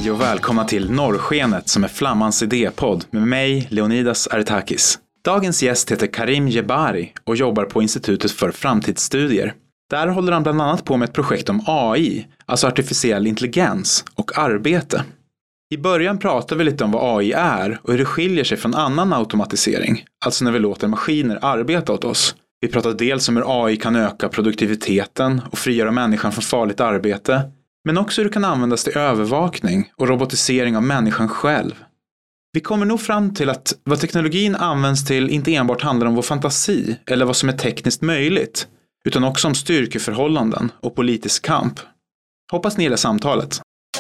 Hej och välkomna till Norrskenet som är Flammans idépodd med mig, Leonidas Aretakis. Dagens gäst heter Karim Jebari och jobbar på Institutet för framtidsstudier. Där håller han bland annat på med ett projekt om AI, alltså artificiell intelligens och arbete. I början pratar vi lite om vad AI är och hur det skiljer sig från annan automatisering, alltså när vi låter maskiner arbeta åt oss. Vi pratar dels om hur AI kan öka produktiviteten och frigöra människan från farligt arbete, men också hur det kan användas till övervakning och robotisering av människan själv. Vi kommer nog fram till att vad teknologin används till inte enbart handlar om vår fantasi eller vad som är tekniskt möjligt, utan också om styrkeförhållanden och politisk kamp. Hoppas ni gillar samtalet.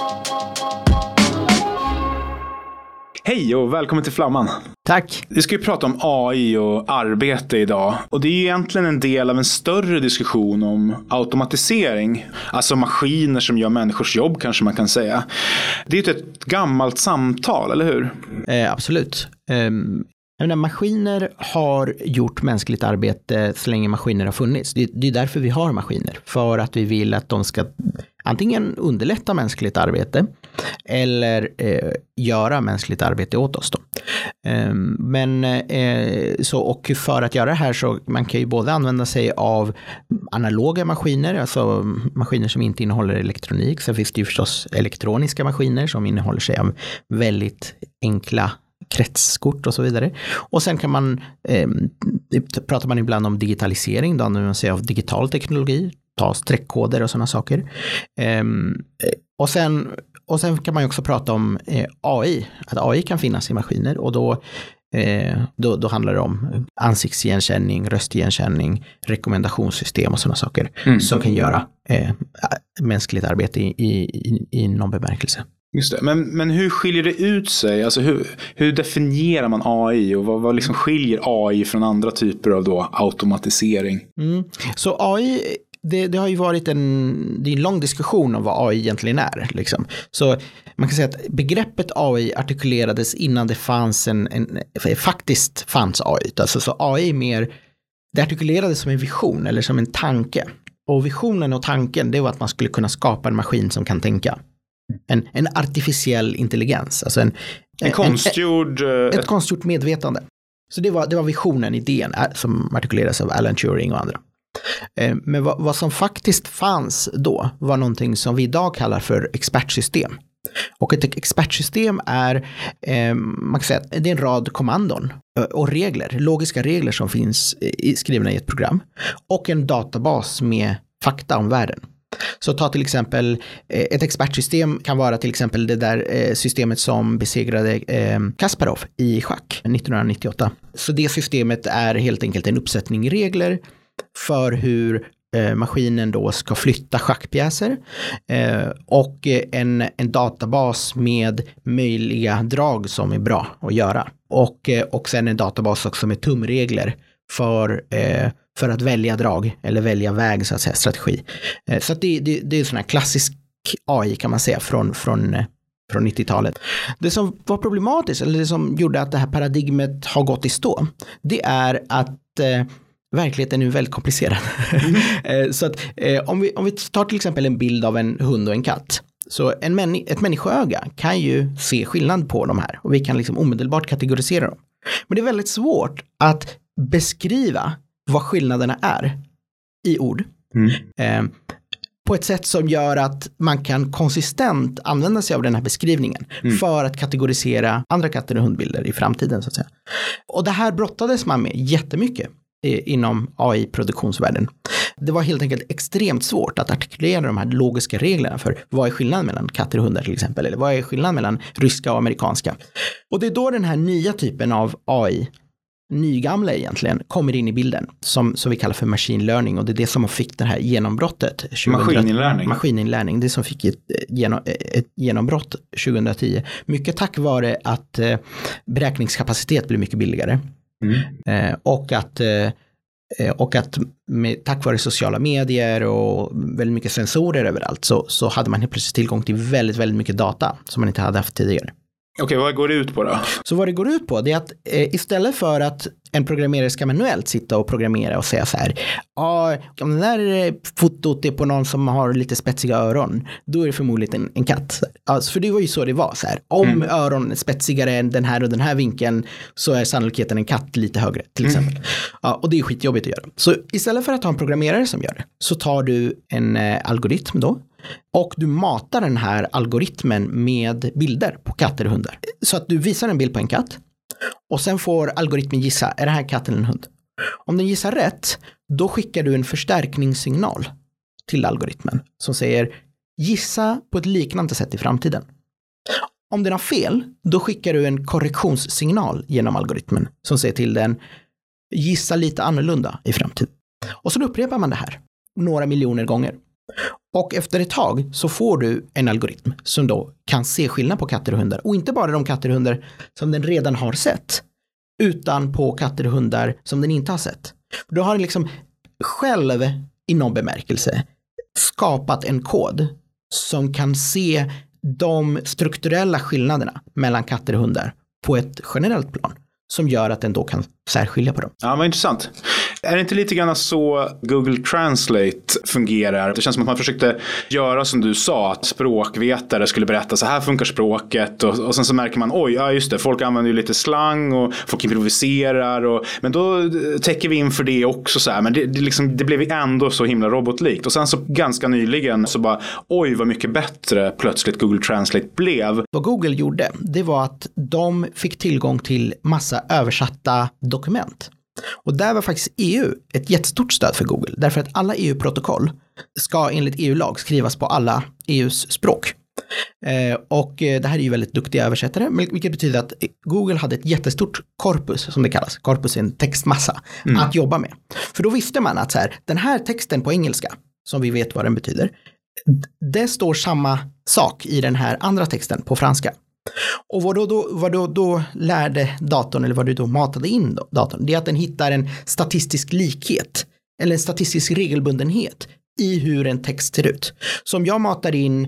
Hej och välkommen till Flamman. Tack. Vi ska ju prata om AI och arbete idag. Och det är ju egentligen en del av en större diskussion om automatisering. Alltså maskiner som gör människors jobb kanske man kan säga. Det är ju ett gammalt samtal, eller hur? Absolut. Maskiner har gjort mänskligt arbete så länge maskiner har funnits. Det är därför vi har maskiner. För att vi vill att de ska antingen underlätta mänskligt arbete eller göra mänskligt arbete åt oss då. Och för att göra det här så man kan ju både använda sig av analoga maskiner, alltså maskiner som inte innehåller elektronik. Så finns det ju förstås elektroniska maskiner som innehåller sig av väldigt enkla kretskort och så vidare. Och sen kan man pratar man ibland om digitalisering, då använder man sig av digital teknologi, ta streckkoder och sådana saker. Och sen kan man ju också prata om AI, att AI kan finnas i maskiner och då handlar det om ansiktsigenkänning, röstigenkänning, rekommendationssystem och sådana saker som kan göra mänskligt arbete i någon bemärkelse. Just det. Men hur skiljer det ut sig? Alltså hur definierar man AI och vad liksom skiljer AI från andra typer av då automatisering? Så AI, det har ju varit en lång diskussion om vad AI egentligen är. Liksom. Så man kan säga att begreppet AI artikulerades innan det fanns faktiskt fanns AI. Alltså, så AI det artikulerades som en vision eller som en tanke. Och visionen och tanken, det var att man skulle kunna skapa en maskin som kan tänka. En artificiell intelligens, alltså ett konstgjort medvetande. Så det var visionen, idén som artikuleras av Alan Turing och andra. Men vad som faktiskt fanns då var någonting som vi idag kallar för expertsystem. Och ett expertsystem är man kan säga att det är en rad kommandon och regler, logiska regler som finns skrivna i ett program och en databas med fakta om världen. Så ta till exempel ett expertsystem kan vara till exempel det där systemet som besegrade Kasparov i schack 1998. Så det systemet är helt enkelt en uppsättning regler för hur maskinen då ska flytta schackpjäser och en databas med möjliga drag som är bra att göra. Och sen en databas också med tumregler för att välja drag eller välja väg, så att säga, strategi. Så att det är sån här klassisk AI kan man säga från 90-talet. Det som var problematiskt, eller det som gjorde att det här paradigmet har gått i stå, det är att verkligheten är väldigt komplicerad. Så att om vi tar till exempel en bild av en hund och en katt. Så ett människoöga kan ju se skillnad på de här och vi kan liksom omedelbart kategorisera dem. Men det är väldigt svårt att beskriva vad skillnaderna är i ord. På ett sätt som gör att man kan konsistent använda sig av den här beskrivningen för att kategorisera andra katter och hundbilder i framtiden, så att säga. Och det här brottades man med jättemycket inom AI-produktionsvärlden. Det var helt enkelt extremt svårt att artikulera de här logiska reglerna för vad är skillnaden mellan katter och hundar till exempel, eller vad är skillnaden mellan ryska och amerikanska. Och det är då den här nya typen av AI, nygamla egentligen, kommer in i bilden som vi kallar för machine learning, och det är det som fick det här genombrottet. Maskininlärning, det som fick ett genombrott 2010. Mycket tack vare att beräkningskapacitet blev mycket billigare. Och att tack vare sociala medier och väldigt mycket sensorer överallt så hade man helt plötsligt tillgång till väldigt, väldigt mycket data som man inte hade haft tidigare. Okej, vad går det ut på då? Så vad det går ut på det är att istället för att en programmerare ska manuellt sitta och programmera och säga så här, om det där fotot är på någon som har lite spetsiga öron, då är det förmodligen en katt. Alltså, för det var ju så det var så här. Om öron är spetsigare än den här och den här vinkeln så är sannolikheten en katt lite högre till exempel. Ja, och det är skitjobbigt att göra. Så istället för att ha en programmerare som gör det så tar du en algoritm då. Och du matar den här algoritmen med bilder på katter och hundar. Så att du visar en bild på en katt. Och sen får algoritmen gissa, är det här katt eller en hund? Om den gissar rätt, då skickar du en förstärkningssignal till algoritmen. Som säger, gissa på ett liknande sätt i framtiden. Om den har fel, då skickar du en korrektionssignal genom algoritmen. Som säger till den, gissa lite annorlunda i framtiden. Och så upprepar man det här några miljoner gånger. Och efter ett tag så får du en algoritm som då kan se skillnad på katter och hundar. Och inte bara de katter och hundar som den redan har sett, utan på katter och hundar som den inte har sett. Då har den liksom själv i någon bemärkelse skapat en kod som kan se de strukturella skillnaderna mellan katter och hundar på ett generellt plan. Som gör att den då kan särskilja på dem. Ja, vad intressant. Är det inte lite grann så Google Translate fungerar? Det känns som att man försökte göra som du sa, att språkvetare skulle berätta så här funkar språket och sen så märker man, oj, ja just det, folk använder ju lite slang och folk improviserar men då täcker vi in för det också så här, men det blev ändå så himla robotlikt och sen så ganska nyligen så bara, oj vad mycket bättre plötsligt Google Translate blev. Vad Google gjorde, det var att de fick tillgång till massa översatta dokument. Och där var faktiskt EU ett jättestort stöd för Google. Därför att alla EU-protokoll ska enligt EU-lag skrivas på alla EUs språk. Och det här är ju väldigt duktiga översättare. Vilket betyder att Google hade ett jättestort korpus som det kallas. Korpus är en textmassa att jobba med. För då visste man att så här, den här texten på engelska, som vi vet vad den betyder, det står samma sak i den här andra texten på franska. Och vad då lärde datorn, eller vad du då matade in datorn, det är att den hittar en statistisk likhet eller en statistisk regelbundenhet i hur en text ser ut. Så om jag matar in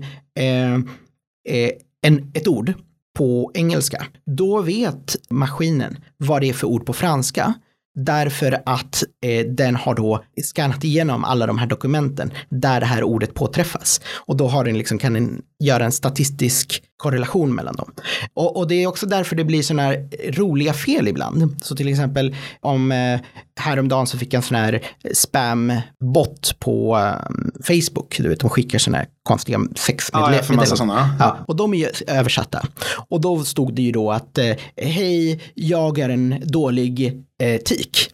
ett ord på engelska, då vet maskinen vad det är för ord på franska. Därför att den har då skannat igenom alla de här dokumenten där det här ordet påträffas. Och då har den liksom, kan den göra en statistisk korrelation mellan dem. Och det är också därför det blir såna här roliga fel ibland. Så till exempel om häromdagen så fick jag en sån här spam-bot på Facebook. Du vet, de skickar såna här konstiga sexmeddelanden. Ja, och de är ju översatta. Och då stod det ju då att hej, jag är en dålig tik.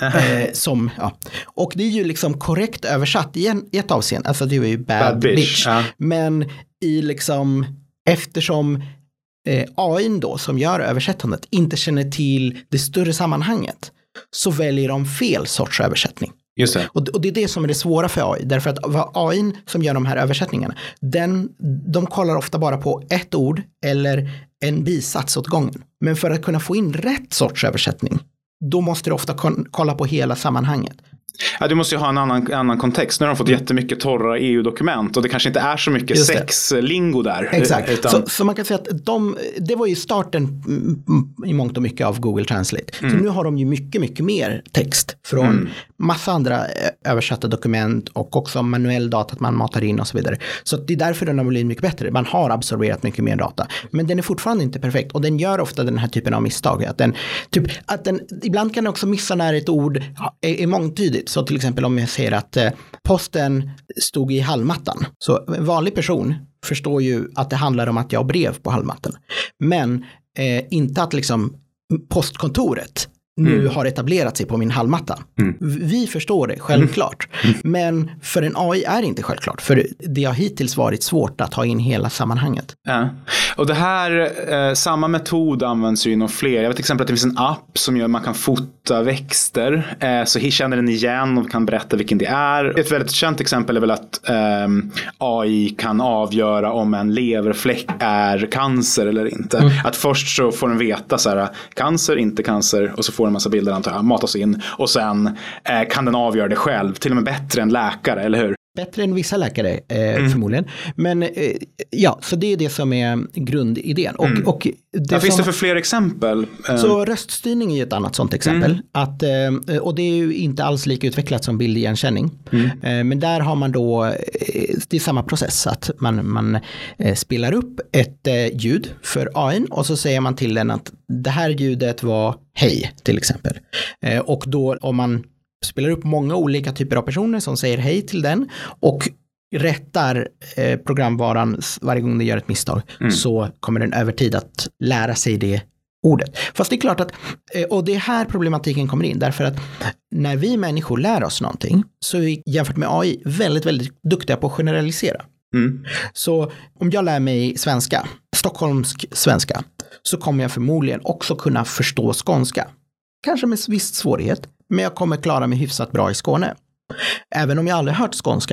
Och det är ju liksom korrekt översatt i ett avseende. Alltså det är ju bad bitch. Ja. Men i liksom, eftersom AI:n då som gör översättandet inte känner till det större sammanhanget, så väljer de fel sorts översättning. Just det. Och det är det som är det svåra för AI. Därför att AI:n som gör de här översättningarna, de kollar ofta bara på ett ord eller en bisats åt gången. Men för att kunna få in rätt sorts översättning, då måste du ofta kolla på hela sammanhanget. Ja, du måste ju ha en annan kontext. Nu har de fått jättemycket torra EU-dokument och det kanske inte är så mycket sexlingo där. Exakt. Så man kan säga att det var ju starten i mångt och mycket av Google Translate. Så nu har de ju mycket, mycket mer text från massa andra översatta dokument och också manuell data att man matar in och så vidare. Så det är därför den har blivit mycket bättre. Man har absorberat mycket mer data. Men den är fortfarande inte perfekt och den gör ofta den här typen av misstag. Att den ibland kan den också missa när ett ord är mångtydigt. Så till exempel om jag säger att posten stod i hallmattan. Så en vanlig person förstår ju att det handlar om att jag har brev på hallmattan. Men inte att liksom postkontoret nu har etablerat sig på min hallmatta. Vi förstår det, självklart. Men för en AI är det inte självklart. För det har hittills varit svårt att ta in hela sammanhanget. Ja. Och det här, samma metod används ju inom fler. Jag vet till exempel att det finns en app som gör att man kan fota växter. Så känner den igen och kan berätta vilken det är. Ett väldigt känt exempel är väl att AI kan avgöra om en leverfläck är cancer eller inte. Att först så får den veta så här, cancer, inte cancer, och så får en massa bilder antar jag, matas in och sen kan den avgöra det själv, till och med bättre än läkare, eller hur? bättre än vissa läkare förmodligen. Men ja, så det är det som är grundidén. Och Vad finns det för fler exempel? Så röststyrning är ett annat sånt exempel. Och det är ju inte alls lika utvecklat som bildigenkänning. Men där har man då, det är samma process, att man spelar upp ett ljud för AI och så säger man till den att det här ljudet var hej till exempel. Och då om man spelar upp många olika typer av personer som säger hej till den och rättar programvaran varje gång det gör ett misstag, så kommer den över tid att lära sig det ordet. Fast det är klart att, och det är här problematiken kommer in, därför att när vi människor lär oss någonting så är vi jämfört med AI väldigt, väldigt duktiga på att generalisera. Så om jag lär mig svenska, stockholmsk svenska, så kommer jag förmodligen också kunna förstå skånska. Kanske med viss svårighet, men jag kommer klara mig hyfsat bra i Skåne. Även om jag aldrig hört skånska.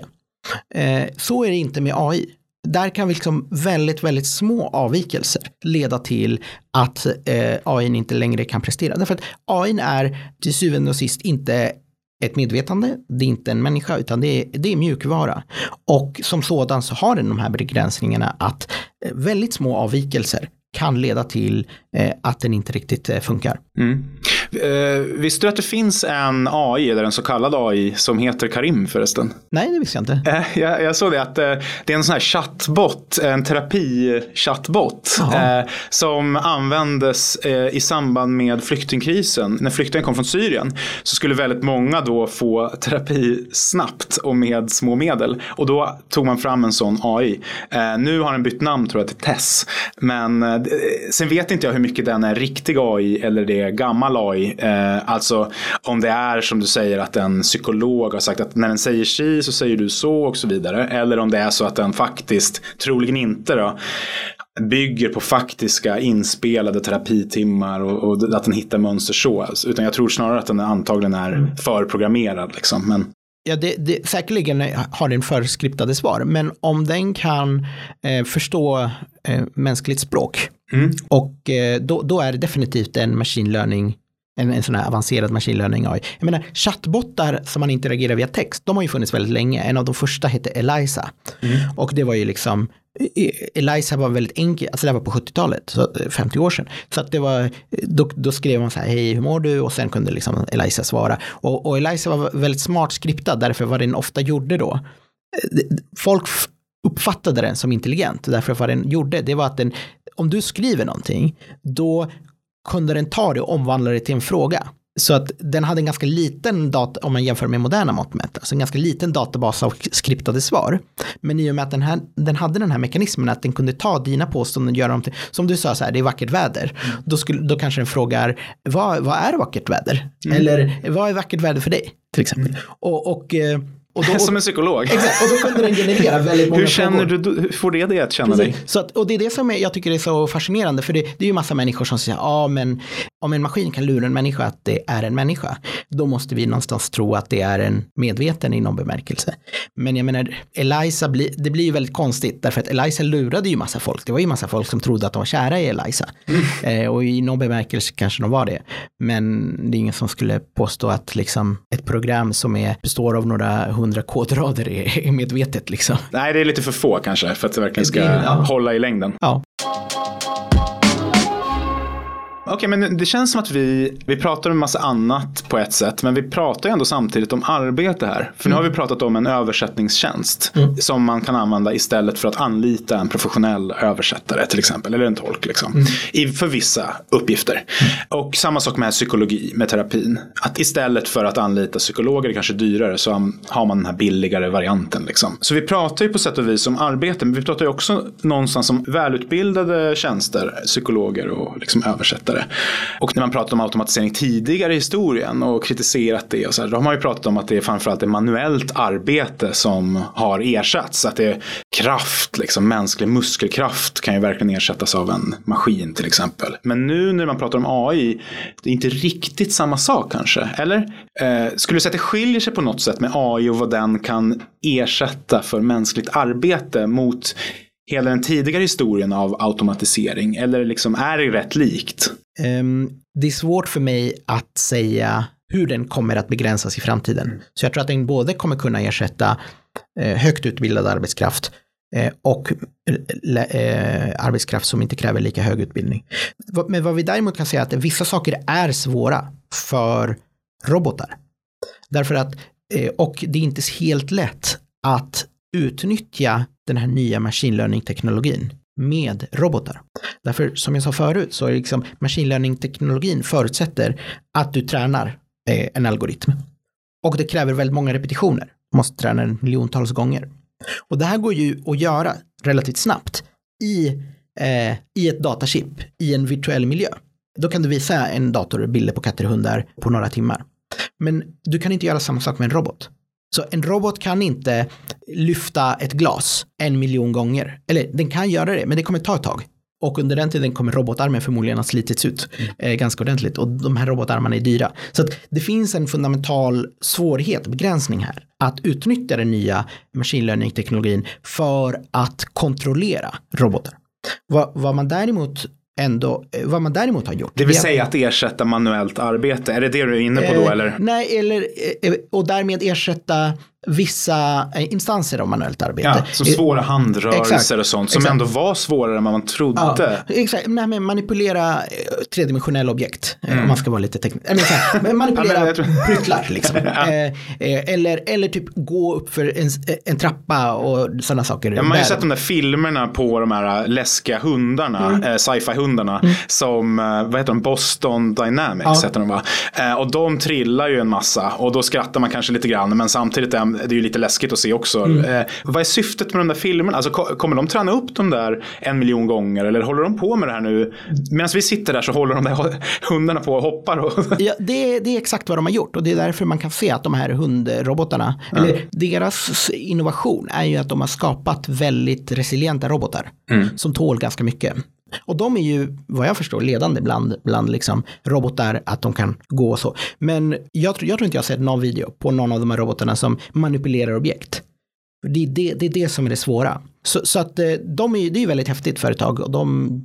Så är det inte med AI. Där kan liksom väldigt, väldigt små avvikelser leda till att AI inte längre kan prestera. Därför att AI är till syvende och sist inte ett medvetande, det är inte en människa, utan det är mjukvara. Och som sådan så har den de här begränsningarna att väldigt små avvikelser kan leda till att den inte riktigt funkar. Visste du att det finns en AI, eller en så kallad AI, som heter Karim förresten? Nej, det visste jag inte. Jag såg det, att det är en sån här chattbot, en terapi-chattbot som användes i samband med flyktingkrisen. När flyktingen kom från Syrien så skulle väldigt många då få terapi snabbt och med små medel. Och då tog man fram en sån AI. Nu har den bytt namn, tror jag, till Tess. Men sen vet inte jag hur mycket den är riktig AI eller det är gammal AI. Alltså om det är som du säger att en psykolog har sagt att när den säger si så säger du så och så vidare. Eller om det är så att den faktiskt, troligen inte då, bygger på faktiska inspelade terapitimmar och att den hittar mönster så. Utan jag tror snarare att den antagligen är förprogrammerad liksom. Men ja, det säkerligen har den förskriptade svar, men om den kan förstå mänskligt språk och då är det definitivt en machine learning, en sån här avancerad machine learning AI. Jag menar, chattbottar som man interagerar via text, de har ju funnits väldigt länge. En av de första hette Eliza. Och det var ju liksom, Eliza var väldigt enkel, alltså det var på 70-talet, så 50 år sedan. Så att det var, då skrev man så här, hej, hur mår du? Och sen kunde liksom Eliza svara. Och Eliza var väldigt smart skriptad, därför vad den ofta gjorde då, folk uppfattade den som intelligent. Därför vad den gjorde, det var att den, om du skriver någonting, då kunde den ta det och omvandla det till en fråga. Så att den hade en ganska liten om man jämför med moderna mått mätt, alltså en ganska liten databas av skriptade svar. Men i och med att den hade den här mekanismen att den kunde ta dina påståenden och göra dem till, som du sa så här, det är vackert väder. Då kanske den frågar, vad är vackert väder? Eller vad är vackert väder för dig? Till exempel. Och då, som en psykolog. Exakt, och då kunde den generera väldigt många hur känner frågor. Hur får det att känna dig? Så att, och det är det som jag tycker är så fascinerande, för det är ju massa människor som säger, men om en maskin kan lura en människa att det är en människa, då måste vi någonstans tro att det är en medveten i någon bemärkelse. Men jag menar, Eliza, det blir ju väldigt konstigt, därför att Eliza lurade ju massa folk. Det var ju massa folk som trodde att de var kära i Eliza. Och i någon bemärkelse kanske de var det. Men det är ingen som skulle påstå att liksom ett program som består av några 100 kodrader är medvetet liksom. Nej, det är lite för få kanske för att det verkligen ska hålla i längden. Ja. Okej, men det känns som att vi pratar om en massa annat på ett sätt, men vi pratar ju ändå samtidigt om arbete här. För nu har vi pratat om en översättningstjänst som man kan använda istället för att anlita en professionell översättare till exempel, eller en tolk liksom, för vissa uppgifter. Och samma sak med psykologi, med terapin. Att istället för att anlita psykologer, kanske dyrare, så har man den här billigare varianten liksom. Så vi pratar ju på sätt och vis om arbete, men vi pratar ju också någonstans om välutbildade tjänster, psykologer och liksom översättare. Och när man pratar om automatisering tidigare i historien och kritiserat det och så här, då har man ju pratat om att det är framförallt ett manuellt arbete som har ersatts. Att det är kraft, liksom mänsklig muskelkraft kan ju verkligen ersättas av en maskin till exempel. Men nu när man pratar om AI, det är inte riktigt samma sak kanske, eller? Skulle du säga att det skiljer sig på något sätt med AI och vad den kan ersätta för mänskligt arbete mot hela den tidigare historien av automatisering, eller liksom är det rätt likt? Det är svårt för mig att säga hur den kommer att begränsas i framtiden. Så jag tror att den både kommer kunna ersätta högt utbildad arbetskraft och arbetskraft som inte kräver lika hög utbildning. Men vad vi däremot kan säga är att vissa saker är svåra för robotar. Därför att, och det är inte helt lätt att utnyttja den här nya machine learning-teknologin med robotar. Därför, som jag sa förut, så är liksom machine learning-teknologin förutsätter att du tränar en algoritm. Och det kräver väldigt många repetitioner. Du måste träna den miljontals gånger. Och det här går ju att göra relativt snabbt i ett datachip, i en virtuell miljö. Då kan du visa en dator bilder på katter och hundar på några timmar. Men du kan inte göra samma sak med en robot. Så en robot kan inte lyfta ett glas 1 miljon gånger. Eller den kan göra det, men det kommer ta ett tag. Och under den tiden kommer robotarmen förmodligen att slitits ut ganska ordentligt. Och de här robotarmarna är dyra. Så att det finns en fundamental svårighet, begränsning här. Att utnyttja den nya machine learning-teknologin för att kontrollera robotar. Vad man däremot har gjort. Det vill säga att ersätta manuellt arbete. Är det du är inne på då? Eller? Nej, och därmed ersätta vissa instanser av manuellt arbete. Ja, så svåra handrörelser och sånt som ändå var svårare än vad man trodde. Ja, exakt. Nej, men manipulera tredimensionella objekt. Om man ska vara lite teknisk. Manipulera pryttlar liksom. eller typ gå upp för en trappa och sådana saker. Ja, man har ju sett de där filmerna på de här läskiga hundarna, sci-fi-hundarna, som, vad heter de? Boston Dynamics heter de, va? Och de trillar ju en massa och då skrattar man kanske lite grann, men samtidigt det är ju lite läskigt att se också. Vad är syftet med de där filmerna? Alltså, kommer de träna upp dem där 1 miljon gånger? Eller håller de på med det här nu? Medan vi sitter där så håller de där hundarna på och hoppar. Ja, det är exakt vad de har gjort. Och det är därför man kan se att de här hundrobotarna, eller deras innovation är ju att de har skapat väldigt resilienta robotar som tål ganska mycket. Och de är ju, vad jag förstår, ledande bland liksom robotar, att de kan gå och så. Men jag tror inte jag har sett någon video på någon av de här robotarna som manipulerar objekt. Det är det som är det svåra. Så att det är ju väldigt häftigt företag och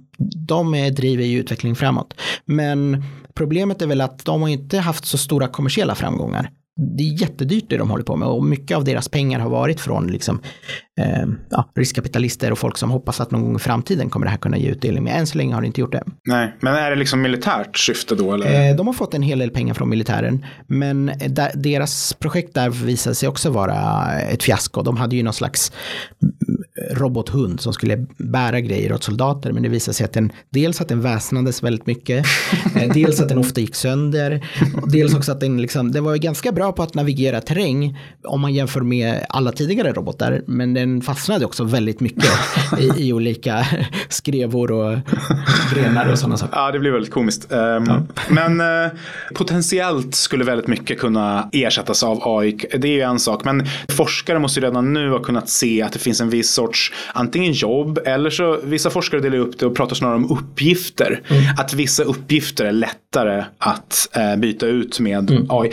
de driver ju utveckling framåt. Men problemet är väl att de har inte haft så stora kommersiella framgångar. Det är jättedyrt det de håller på med och mycket av deras pengar har varit från liksom, riskkapitalister och folk som hoppas att någon gång i framtiden kommer det här kunna ge utdelning, men än så länge har det inte gjort det. Nej, men är det liksom militärt syfte då? Eller? De har fått en hel del pengar från militären, men deras projekt där visade sig också vara ett fiasko. De hade ju någon slags robothund som skulle bära grejer åt soldater, men det visade sig att dels att den väsnades väldigt mycket, dels att den ofta gick sönder, och dels också att den var ganska bra på att navigera terräng om man jämför med alla tidigare robotar, men den fastnade också väldigt mycket i olika skrevor och grenar och sådana saker. Ja, det blir väldigt komiskt. Men potentiellt skulle väldigt mycket kunna ersättas av AI. Det är ju en sak, men forskare måste ju redan nu ha kunnat se att det finns en viss sorts antingen jobb, eller så vissa forskare delar upp det och pratar snarare om uppgifter. Att vissa uppgifter är lättare att byta ut med AI.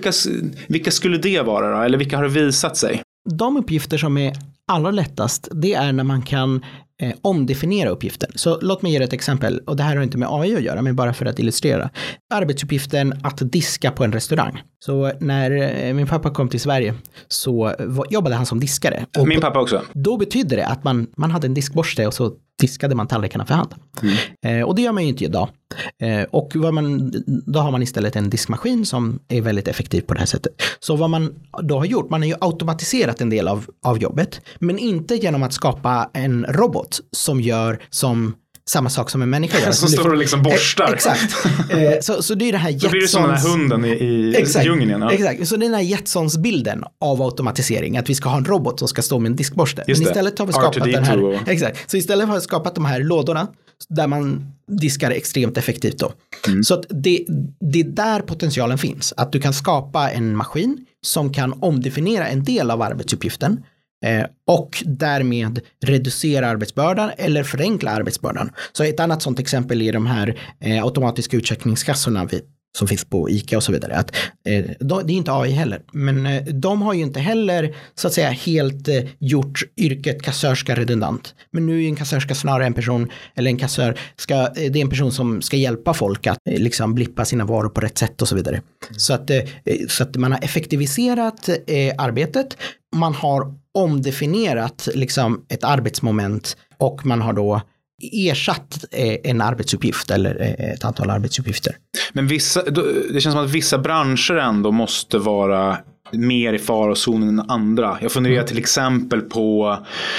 Vilka skulle det vara då? Eller vilka har det visat sig? De uppgifter som är allra lättast, det är när man kan omdefiniera uppgiften. Så låt mig ge ett exempel, och det här har inte med AI att göra, men bara för att illustrera. Arbetsuppgiften att diska på en restaurang. Så när min pappa kom till Sverige så jobbade han som diskare. Och min pappa också. Då betydde det att man hade en diskborste och så diskade man tallrikarna för hand. Och det gör man ju inte idag. Och då har man istället en diskmaskin som är väldigt effektiv på det här sättet. Så vad man då har gjort, man har ju automatiserat en del av jobbet, men inte genom att skapa en robot som gör samma sak som en människa gör. Som står och liksom borstar. Exakt. Så det är det här Jetsons... Så blir det som den här hunden i djungeln igen. Ja. Exakt. Så det är den här Jetsons-bilden av automatisering. Att vi ska ha en robot som ska stå med en diskborste. Just men istället har vi skapat den här... Exakt. Så istället har vi skapat de här lådorna där man diskar extremt effektivt då. Så att det är där potentialen finns. Att du kan skapa en maskin som kan omdefiniera en del av arbetsuppgiften och därmed reducera arbetsbördan eller förenkla arbetsbördan. Så ett annat sånt exempel är de här automatiska utcheckningskassorna som finns på ICA och så vidare. Att, det är inte AI heller, men de har ju inte heller så att säga helt gjort yrket kassörska redundant. Men nu är en kassörska snarare en person, eller en kassör, det är en person som ska hjälpa folk att liksom blippa sina varor på rätt sätt och så vidare. Så att man har effektiviserat arbetet, man har omdefinierat liksom ett arbetsmoment och man har då ersatt en arbetsuppgift eller ett antal arbetsuppgifter. Men det känns som att vissa branscher ändå måste vara mer i farozonen än andra. Jag funderar till exempel på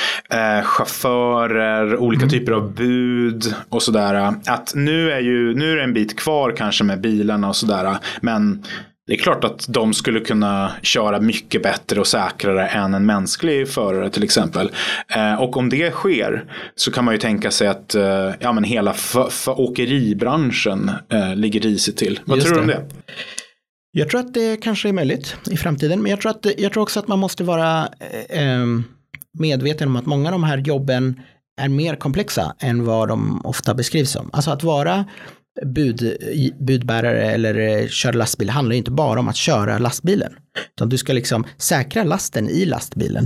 chaufförer, olika typer av bud och sådär. Att nu är det en bit kvar kanske med bilarna och sådär, men det är klart att de skulle kunna köra mycket bättre och säkrare än en mänsklig förare till exempel. Och om det sker så kan man ju tänka sig att men hela åkeribranschen ligger risigt till. Vad tror du om det? Jag tror att det kanske är möjligt i framtiden, men jag tror också att man måste vara medveten om att många av de här jobben är mer komplexa än vad de ofta beskrivs som. Alltså att vara budbärare eller köra lastbil handlar ju inte bara om att köra lastbilen, utan du ska liksom säkra lasten i lastbilen,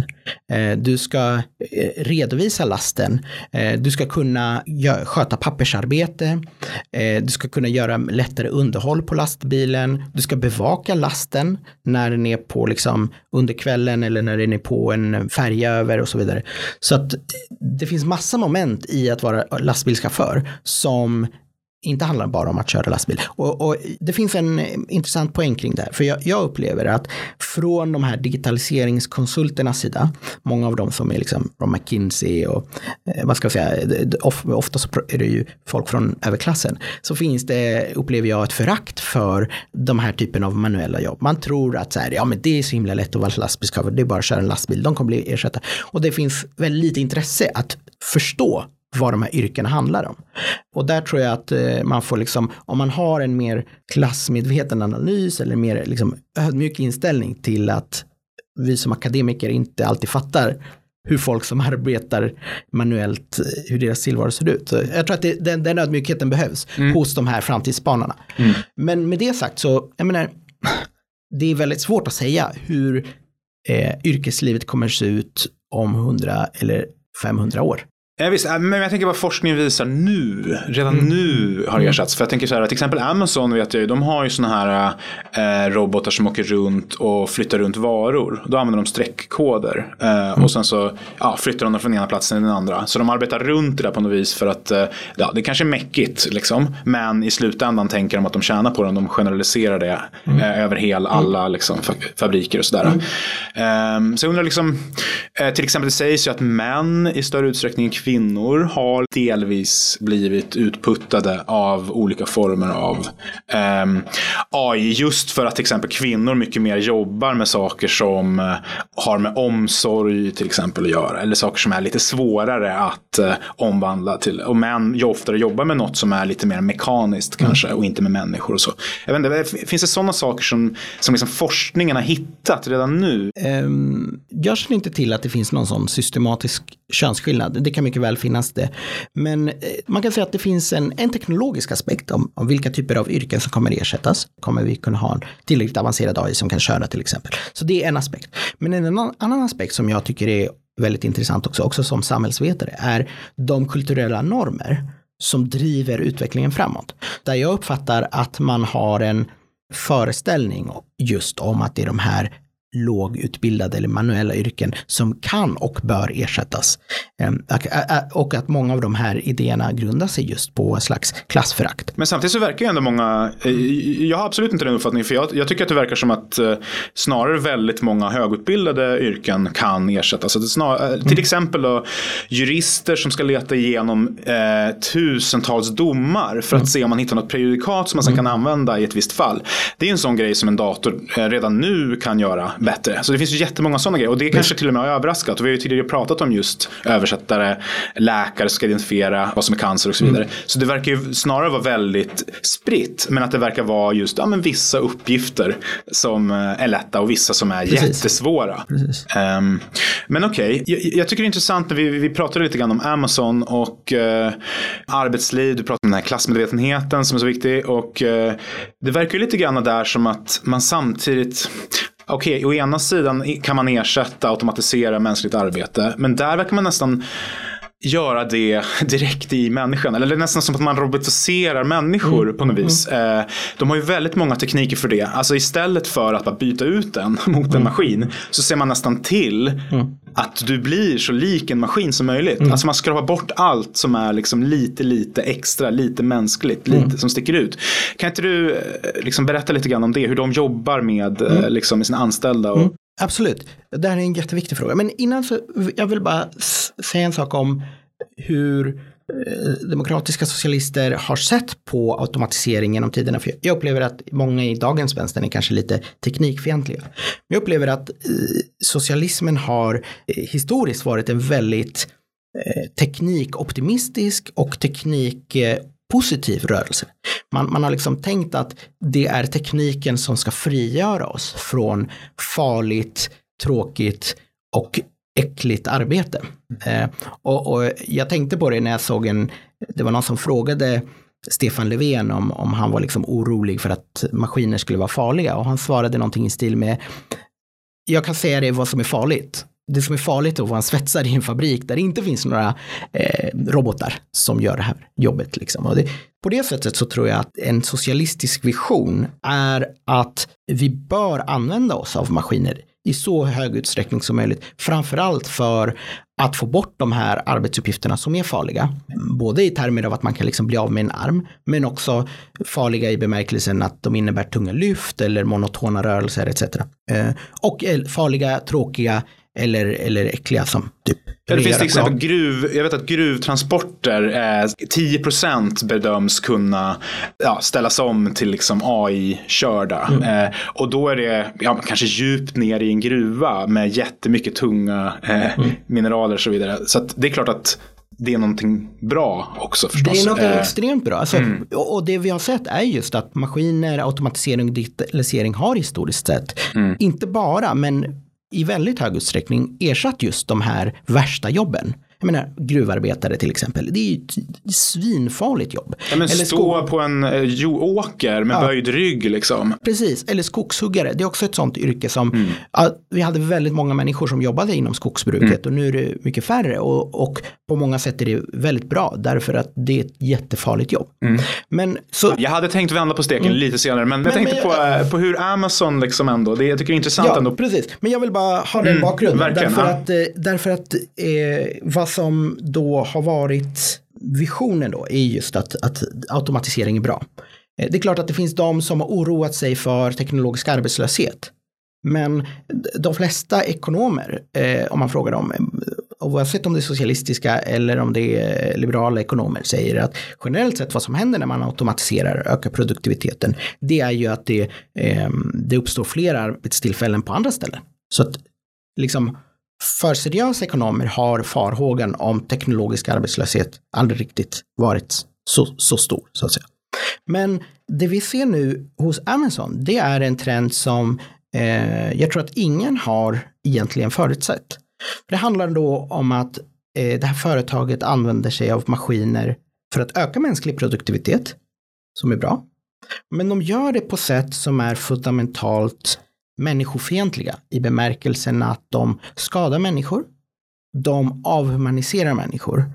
du ska redovisa lasten, du ska kunna sköta pappersarbete, du ska kunna göra lättare underhåll på lastbilen, du ska bevaka lasten när den är på liksom under kvällen eller när den är på en färja över och så vidare. Så att det finns massa moment i att vara lastbilschaufför som inte handlar bara om att köra lastbil. Och det finns en intressant poäng kring det här. För jag upplever att från de här digitaliseringskonsulternas sida, många av dem som är liksom från McKinsey och vad ska jag säga, ofta så är det ju folk från överklassen, så finns det, upplever jag, ett förakt för de här typen av manuella jobb. Man tror att så här, ja men det är så himla lätt att vara lastbilschaufför, det är bara att köra en lastbil, de kommer bli ersatta. Och det finns väldigt lite intresse att förstå vad de här yrkena handlar om. Och där tror jag att man får liksom, om man har en mer klassmedveten analys eller mer liksom ödmjuk inställning till att vi som akademiker inte alltid fattar hur folk som arbetar manuellt, hur deras tillvaro ser ut. Så jag tror att den ödmjukheten behövs hos de här framtidsspanarna. Men med det sagt så, jag menar, det är väldigt svårt att säga hur yrkeslivet kommer se ut om 100 eller 500 år. Ja, visst, men jag tänker vad forskningen visar nu. Redan nu har det ersatts. För jag tänker så här, till exempel Amazon vet jag ju, de har ju såna här robotar som åker runt och flyttar runt varor. Då använder de streckkoder. Och sen så flyttar de dem från den ena platsen till den andra. Så de arbetar runt det där på något vis för att det kanske är mäckigt liksom. Men i slutändan tänker de att de tjänar på det. De generaliserar det över alla liksom, fabriker och sådär. Så jag undrar liksom, till exempel det sägs ju att män i större utsträckning kvinnor har delvis blivit utputtade av olika former av AI, just för att till exempel kvinnor mycket mer jobbar med saker som har med omsorg till exempel att göra, eller saker som är lite svårare att omvandla till, och män oftare jobbar med något som är lite mer mekaniskt kanske och inte med människor och så. Jag vet inte, finns det sådana saker som liksom forskningen har hittat redan nu? Jag känner inte till att det finns någon sån systematisk könsskillnad. Det kan mycket väl finnas det. Men man kan säga att det finns en teknologisk aspekt om vilka typer av yrken som kommer ersättas. Kommer vi kunna ha en tillräckligt avancerad AI som kan köra till exempel. Så det är en aspekt. Men en annan aspekt som jag tycker är väldigt intressant också som samhällsvetare är de kulturella normer som driver utvecklingen framåt. Där jag uppfattar att man har en föreställning just om att det är de här lågutbildade eller manuella yrken som kan och bör ersättas. Och att många av de här idéerna grundar sig just på en slags klassförakt. Men samtidigt så verkar ju ändå många, jag har absolut inte den uppfattningen, för jag tycker att det verkar som att snarare väldigt många högutbildade yrken kan ersättas. Till exempel då, jurister som ska leta igenom tusentals domar för att se om man hittar något prejudikat som man sedan kan använda i ett visst fall. Det är en sån grej som en dator redan nu kan göra bättre. Så det finns ju jättemånga sådana grejer. Och det är kanske till och med har överraskat. Och vi har ju tidigare pratat om just översättare, läkare som ska identifiera vad som är cancer och så vidare. Så det verkar ju snarare vara väldigt spritt. Men att det verkar vara just vissa uppgifter som är lätta och vissa som är jättesvåra. Men okej. Jag tycker det är intressant när vi pratade lite grann om Amazon och arbetsliv. Du pratade om den här klassmedvetenheten som är så viktig. Och det verkar ju lite grann där som att man samtidigt... Okej, å ena sidan kan man ersätta, automatisera mänskligt arbete, men där verkar man nästan göra det direkt i människan. Eller det är nästan som att man robotiserar människor på något vis. De har ju väldigt många tekniker för det. Alltså istället för att bara byta ut den mot en maskin så ser man nästan till att du blir så lik en maskin som möjligt. Alltså man skrapar bort allt som är liksom lite extra, lite mänskligt, lite som sticker ut. Kan inte du liksom berätta lite grann om det? Hur de jobbar med, liksom, med sina anställda? Och... Absolut. Det här är en jätteviktig fråga. Men innan så jag vill bara säga en sak om hur demokratiska socialister har sett på automatisering genom tiderna. För jag upplever att många i dagens vänster är kanske lite teknikfientliga. Men jag upplever att socialismen har historiskt varit en väldigt teknikoptimistisk och teknikpositiv rörelse. Man har liksom tänkt att det är tekniken som ska frigöra oss från farligt, tråkigt och äckligt arbete. Och jag tänkte på det när jag såg det var någon som frågade Stefan Löfven om han var liksom orolig för att maskiner skulle vara farliga, och han svarade någonting i stil med: jag kan säga det vad som är farligt. Det som är farligt är att vara en svetsare i en fabrik där det inte finns några robotar som gör det här jobbet. Liksom. Och på det sättet så tror jag att en socialistisk vision är att vi bör använda oss av maskiner i så hög utsträckning som möjligt. Framförallt för att få bort de här arbetsuppgifterna som är farliga. Både i termer av att man kan liksom bli av med en arm, men också farliga i bemärkelsen att de innebär tunga lyft eller monotona rörelser etc. Och farliga, tråkiga eller äckliga som typ. Ja, det finns till exempel jag vet att gruvtransporter 10% bedöms kunna ställas om till liksom AI-körda. Och då är det kanske djupt ner i en gruva med jättemycket tunga mineraler och så vidare. Så att det är klart att det är någonting bra också förstås. Det är något extremt bra. Alltså, och det vi har sett är just att maskiner, automatisering och digitalisering har historiskt sett inte bara, men i väldigt hög utsträckning ersatt just de här värsta jobben. Jag menar, gruvarbetare till exempel. Det är ju ett svinfarligt jobb. Ja, men eller stå på en åker med böjd rygg liksom. Precis, eller skogshuggare. Det är också ett sånt yrke som vi hade väldigt många människor som jobbade inom skogsbruket och nu är det mycket färre och på många sätt är det väldigt bra därför att det är ett jättefarligt jobb. Men så jag hade tänkt vända på steken lite senare, men jag tänkte på hur Amazon liksom ändå, jag tycker det är intressant ändå. Precis, men jag vill bara ha den bakgrunden därför att vad som då har varit visionen då är just att automatisering är bra. Det är klart att det finns de som har oroat sig för teknologisk arbetslöshet. Men de flesta ekonomer, om man frågar dem, oavsett om det är socialistiska eller om det är liberala ekonomer, säger att generellt sett vad som händer när man automatiserar och ökar produktiviteten, det är ju att det uppstår fler arbetstillfällen på andra ställen. Så att liksom för seriösa ekonomer har farhågan om teknologisk arbetslöshet aldrig riktigt varit så stor, så att säga. Men det vi ser nu hos Amazon, det är en trend som jag tror att ingen har egentligen förutsett. Det handlar då om att det här företaget använder sig av maskiner för att öka mänsklig produktivitet, som är bra. Men de gör det på sätt som är fundamentalt människofientliga i bemärkelsen att de skadar människor, de avhumaniserar människor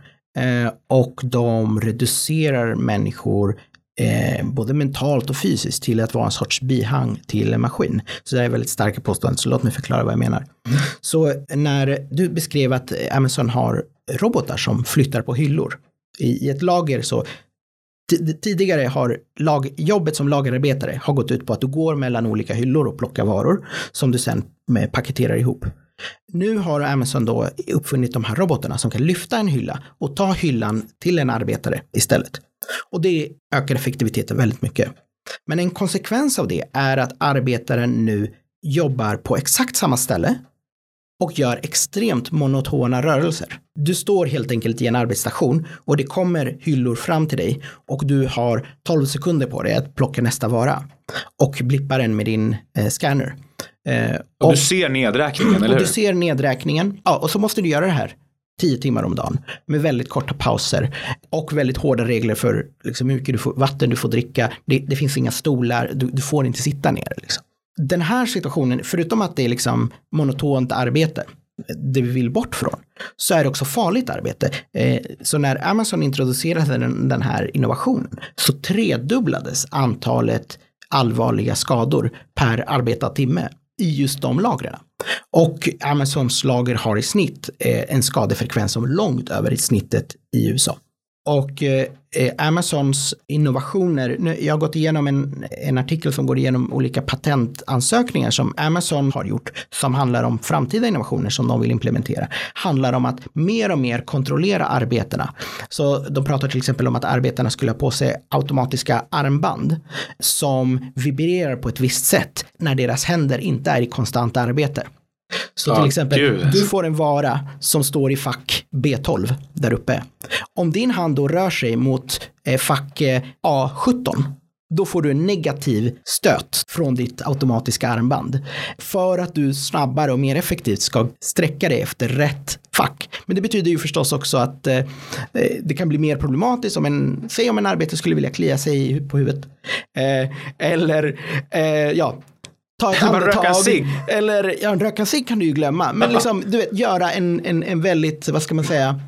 och de reducerar människor både mentalt och fysiskt till att vara en sorts bihang till en maskin. Så det är väldigt starka påståenden, så låt mig förklara vad jag menar. Så när du beskrev att Amazon har robotar som flyttar på hyllor i ett lager, så tidigare har jobbet som lagerarbetare har gått ut på att du går mellan olika hyllor och plockar varor som du sen paketerar ihop. Nu har Amazon då uppfunnit de här robotarna som kan lyfta en hylla och ta hyllan till en arbetare istället. Och det ökar effektiviteten väldigt mycket. Men en konsekvens av det är att arbetaren nu jobbar på exakt samma ställe och gör extremt monotona rörelser. Du står helt enkelt i en arbetsstation och det kommer hyllor fram till dig och du har 12 sekunder på dig att plocka nästa vara och blippar den med din scanner. Och du ser nedräkningen, eller hur? Och du ser nedräkningen, och så måste du göra det här 10 timmar om dagen med väldigt korta pauser och väldigt hårda regler för liksom, hur mycket vatten du får dricka. Det finns inga stolar, du får inte sitta ner. Liksom. Den här situationen, förutom att det är liksom monotont arbete, det vi vill bort från, så är det också farligt arbete. Så när Amazon introducerade den här innovationen så tredubblades antalet allvarliga skador per arbetad timme i just de lagren. Och Amazons lager har i snitt en skadefrekvens som långt över i snittet i USA. Och Amazons innovationer, jag har gått igenom en artikel som går igenom olika patentansökningar som Amazon har gjort som handlar om framtida innovationer som de vill implementera. Handlar om att mer och mer kontrollera arbetena. Så de pratar till exempel om att arbetarna skulle ha på sig automatiska armband som vibrerar på ett visst sätt när deras händer inte är i konstant arbete. Så till exempel, du får en vara som står i fack B12 där uppe. Om din hand då rör sig mot fack A17, då får du en negativ stöt från ditt automatiska armband för att du snabbare och mer effektivt ska sträcka dig efter rätt fack. Men det betyder ju förstås också att det kan bli mer problematiskt om en arbetare skulle vilja klia sig på huvudet. Ta ett andetag, eller röka cigg kan du ju glömma. Men liksom, du vet, göra en väldigt, vad ska man säga,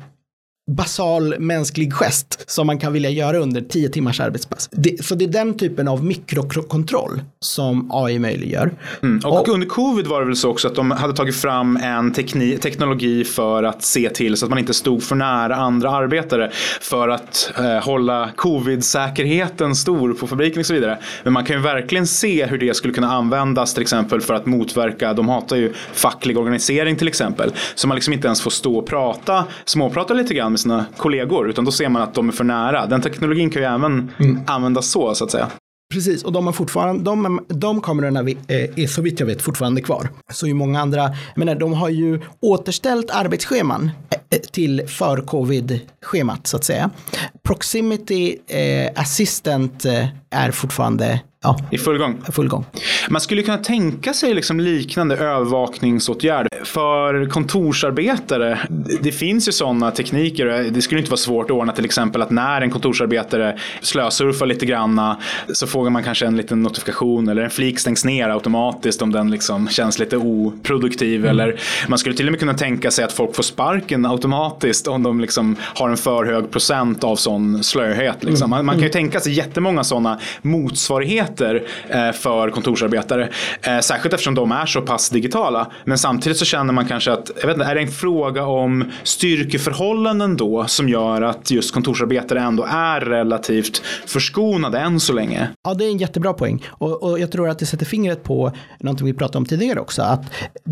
basal mänsklig gest som man kan vilja göra under 10 timmars arbetspass. Så det är den typen av mikrokontroll som AI möjliggör. Och under covid var det väl så också att de hade tagit fram en teknologi för att se till så att man inte stod för nära andra arbetare för att hålla covid-säkerheten stor på fabriken och så vidare. Men man kan ju verkligen se hur det skulle kunna användas till exempel för att motverka, de hatar ju facklig organisering till exempel, så man liksom inte ens får stå och småprata lite grann med sina kollegor, utan då ser man att de är för nära. Den teknologin kan ju även användas så att säga. Precis, och de har fortfarande, de kamerorna är så vitt jag vet fortfarande kvar. Så ju många andra, de har ju återställt arbetsscheman till för-covid-schemat så att säga. Proximity Assistant är fortfarande i full gång. Man skulle kunna tänka sig liksom liknande övervakningsåtgärder för kontorsarbetare. Det finns ju sådana tekniker. Det skulle inte vara svårt att ordna till exempel att när en kontorsarbetare slösurfar lite granna så får man kanske en liten notifikation eller en flik stängs ner automatiskt om den liksom känns lite oproduktiv. Eller man skulle till och med kunna tänka sig att folk får sparken automatiskt om de liksom har en för hög procent av sån slöhet. Liksom. Man kan ju tänka sig jättemånga sådana motsvarigheter för kontorsarbetare. Särskilt eftersom de är så pass digitala. Men samtidigt så känner man kanske att, jag vet inte, är det en fråga om styrkeförhållanden då som gör att just kontorsarbetare ändå är relativt förskonade än så länge? Ja, det är en jättebra poäng. Och jag tror att det sätter fingret på någonting vi pratade om tidigare också. Att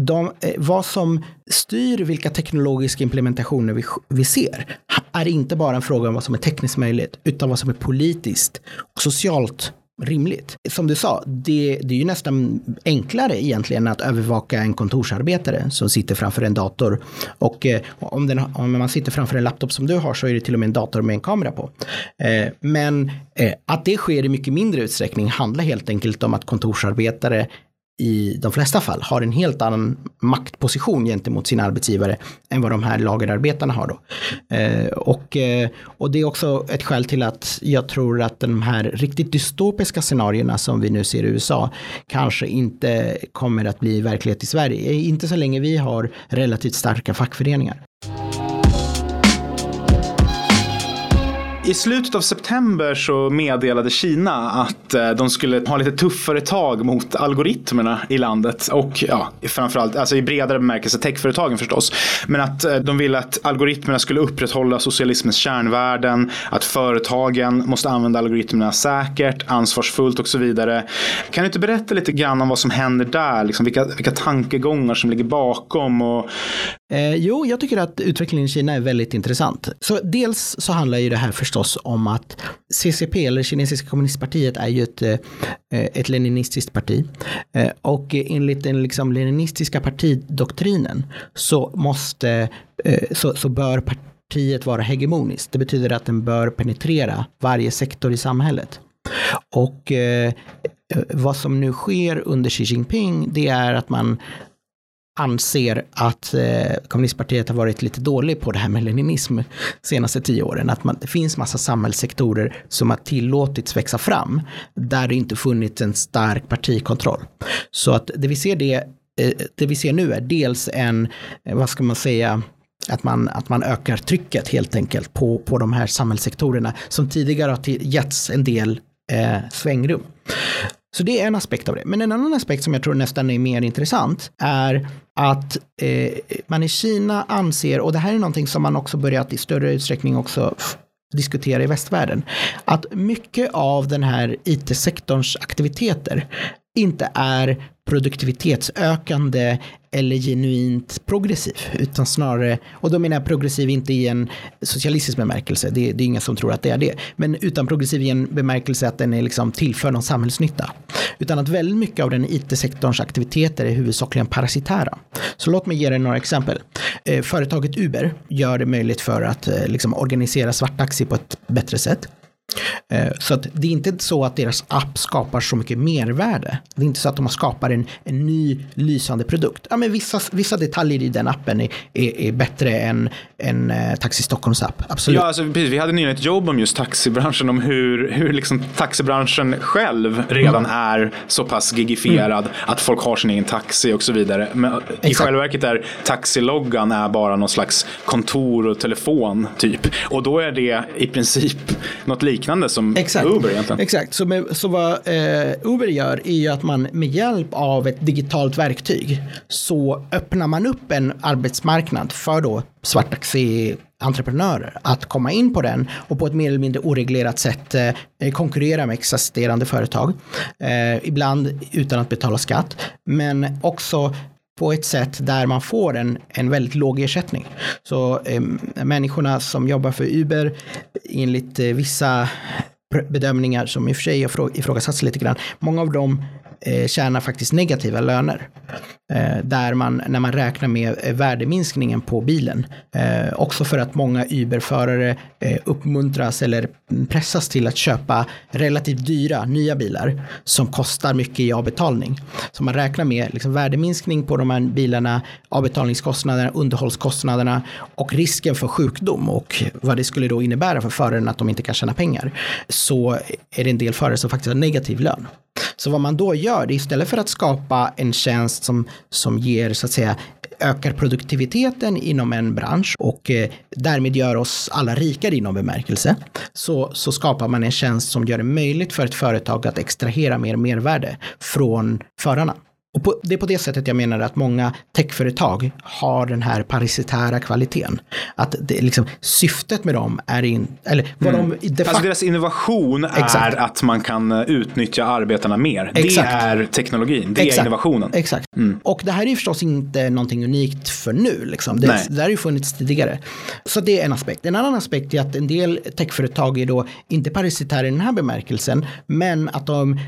vad som styr vilka teknologiska implementationer vi ser är inte bara en fråga om vad som är tekniskt möjligt utan vad som är politiskt och socialt rimligt. Som du sa, det är ju nästan enklare egentligen att övervaka en kontorsarbetare som sitter framför en dator. Och om man sitter framför en laptop som du har så är det till och med en dator med en kamera på. Men att det sker i mycket mindre utsträckning handlar helt enkelt om att kontorsarbetare i de flesta fall har en helt annan maktposition gentemot sina arbetsgivare än vad de här lagerarbetarna har då. Och det är också ett skäl till att jag tror att de här riktigt dystopiska scenarierna som vi nu ser i USA kanske inte kommer att bli verklighet i Sverige. Inte så länge vi har relativt starka fackföreningar. I slutet av september så meddelade Kina att de skulle ha lite tuffare tag mot algoritmerna i landet och framförallt alltså i bredare bemärkelse techföretagen förstås, men att de ville att algoritmerna skulle upprätthålla socialismens kärnvärden, att företagen måste använda algoritmerna säkert, ansvarsfullt och så vidare. Kan du inte berätta lite grann om vad som händer där, liksom vilka tankegångar som ligger bakom? Jo, jag tycker att utvecklingen i Kina är väldigt intressant. Så dels så handlar ju det här förstås om att CCP eller kinesiska kommunistpartiet är ju ett leninistiskt parti. Och enligt den liksom leninistiska partidoktrinen så bör partiet vara hegemoniskt. Det betyder att den bör penetrera varje sektor i samhället. Och vad som nu sker under Xi Jinping, det är att man anser att kommunistpartiet har varit lite dålig på det här med leninism de senaste 10 åren. Att det finns massa samhällssektorer som har tillåtits växa fram där det inte funnits en stark partikontroll. Så att det vi ser det det vi ser nu är dels en, vad ska man säga, att man ökar trycket helt enkelt på de här samhällssektorerna som tidigare har getts en del svängrum. Så det är en aspekt av det. Men en annan aspekt som jag tror nästan är mer intressant är att man i Kina anser, och det här är någonting som man också börjat i större utsträckning också diskutera i västvärlden, att mycket av den här IT-sektorns aktiviteter inte är produktivitetsökande eller genuint progressiv, utan snarare, och då menar jag progressiv inte i en socialistisk bemärkelse, det är ingen som tror att det är det, men utan progressiv i en bemärkelse att den är liksom tillför någon samhällsnytta, utan att väldigt mycket av den IT-sektorns aktiviteter är huvudsakligen parasitära. Så låt mig ge dig några exempel. Företaget Uber gör det möjligt för att liksom organisera svarttaxi på ett bättre sätt. Så att det är inte så att deras app skapar så mycket mervärde. Det är inte så att de skapar en ny lysande produkt. Ja, men vissa detaljer i den appen är bättre än Taxi Stockholms app. Absolut. Ja, alltså, precis, vi hade nyligen ett jobb om just taxibranschen, om hur liksom taxibranschen själv redan är så pass gigifierad att folk har sin egen taxi och så vidare. Men i själva verket är taxiloggan är bara någon slags kontor och telefon typ. Och då är det i princip något liknande som Uber egentligen. Exakt, så vad Uber gör är ju att man med hjälp av ett digitalt verktyg så öppnar man upp en arbetsmarknad för då svarttaxi-entreprenörer att komma in på den och på ett mer eller mindre oreglerat sätt konkurrera med existerande företag. Ibland utan att betala skatt, men också på ett sätt där man får en väldigt låg ersättning. Så människorna som jobbar för Uber enligt vissa bedömningar som i och för sig ifrågasatts lite grann, många av dem tjänar faktiskt negativa löner. Där när man räknar med värdeminskningen på bilen. Också för att många Uber-förare uppmuntras eller pressas till att köpa relativt dyra nya bilar som kostar mycket i avbetalning. Så man räknar med liksom värdeminskning på de här bilarna, avbetalningskostnaderna, underhållskostnaderna och risken för sjukdom och vad det skulle då innebära för föraren att de inte kan tjäna pengar. Så är det en del förare som faktiskt har negativ lön. Så vad man då gör, det är istället för att skapa en tjänst som ger, så att säga, ökar produktiviteten inom en bransch och därmed gör oss alla rikare inom bemärkelse, så skapar man en tjänst som gör det möjligt för ett företag att extrahera mer mervärde från förarna. Och det är på det sättet jag menar att många techföretag har den här parasitära kvaliteten. Att det, liksom, syftet med dem är alltså deras innovation är att man kan utnyttja arbetarna mer. Exakt. Det är teknologin, det är innovationen. Exakt. Och det här är ju förstås inte någonting unikt för nu. Liksom. Det har ju funnits tidigare. Så det är en aspekt. En annan aspekt är att en del techföretag är då inte parasitära i den här bemärkelsen, men att de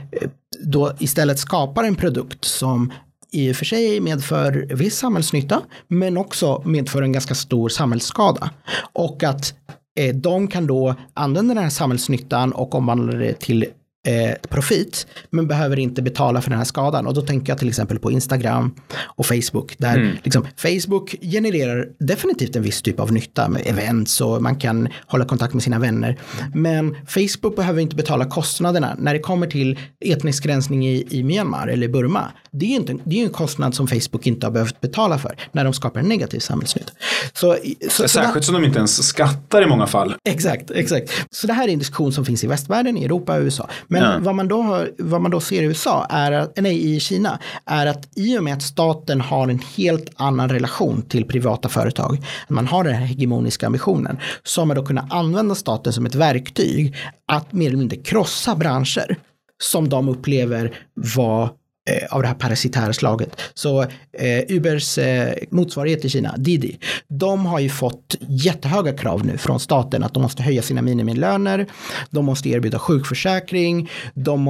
då istället skapar en produkt som i och för sig medför viss samhällsnytta men också medför en ganska stor samhällsskada. Och att de kan då använda den här samhällsnyttan och omvandla det till profit, men behöver inte betala för den här skadan. Och då tänker jag till exempel på Instagram och Facebook, där liksom, Facebook genererar definitivt en viss typ av nytta med events och man kan hålla kontakt med sina vänner. Men Facebook behöver inte betala kostnaderna när det kommer till etnisk rensning i Myanmar eller Burma. Det är en kostnad som Facebook inte har behövt betala för när de skapar en negativ samhällsnytta. Särskilt som de inte ens skattar i många fall. Exakt. Så det här är en diskussion som finns i västvärlden, i Europa och USA. Men vad man då ser i USA i Kina är att i och med att staten har en helt annan relation till privata företag, man har den här hegemoniska ambitionen, så har man då kunnat använda staten som ett verktyg att mer eller mindre krossa branscher som de upplever var av det här parasitära slaget. Så Ubers motsvarighet i Kina, Didi, de har ju fått jättehöga krav nu från staten att de måste höja sina minimilöner, de måste erbjuda sjukförsäkring, de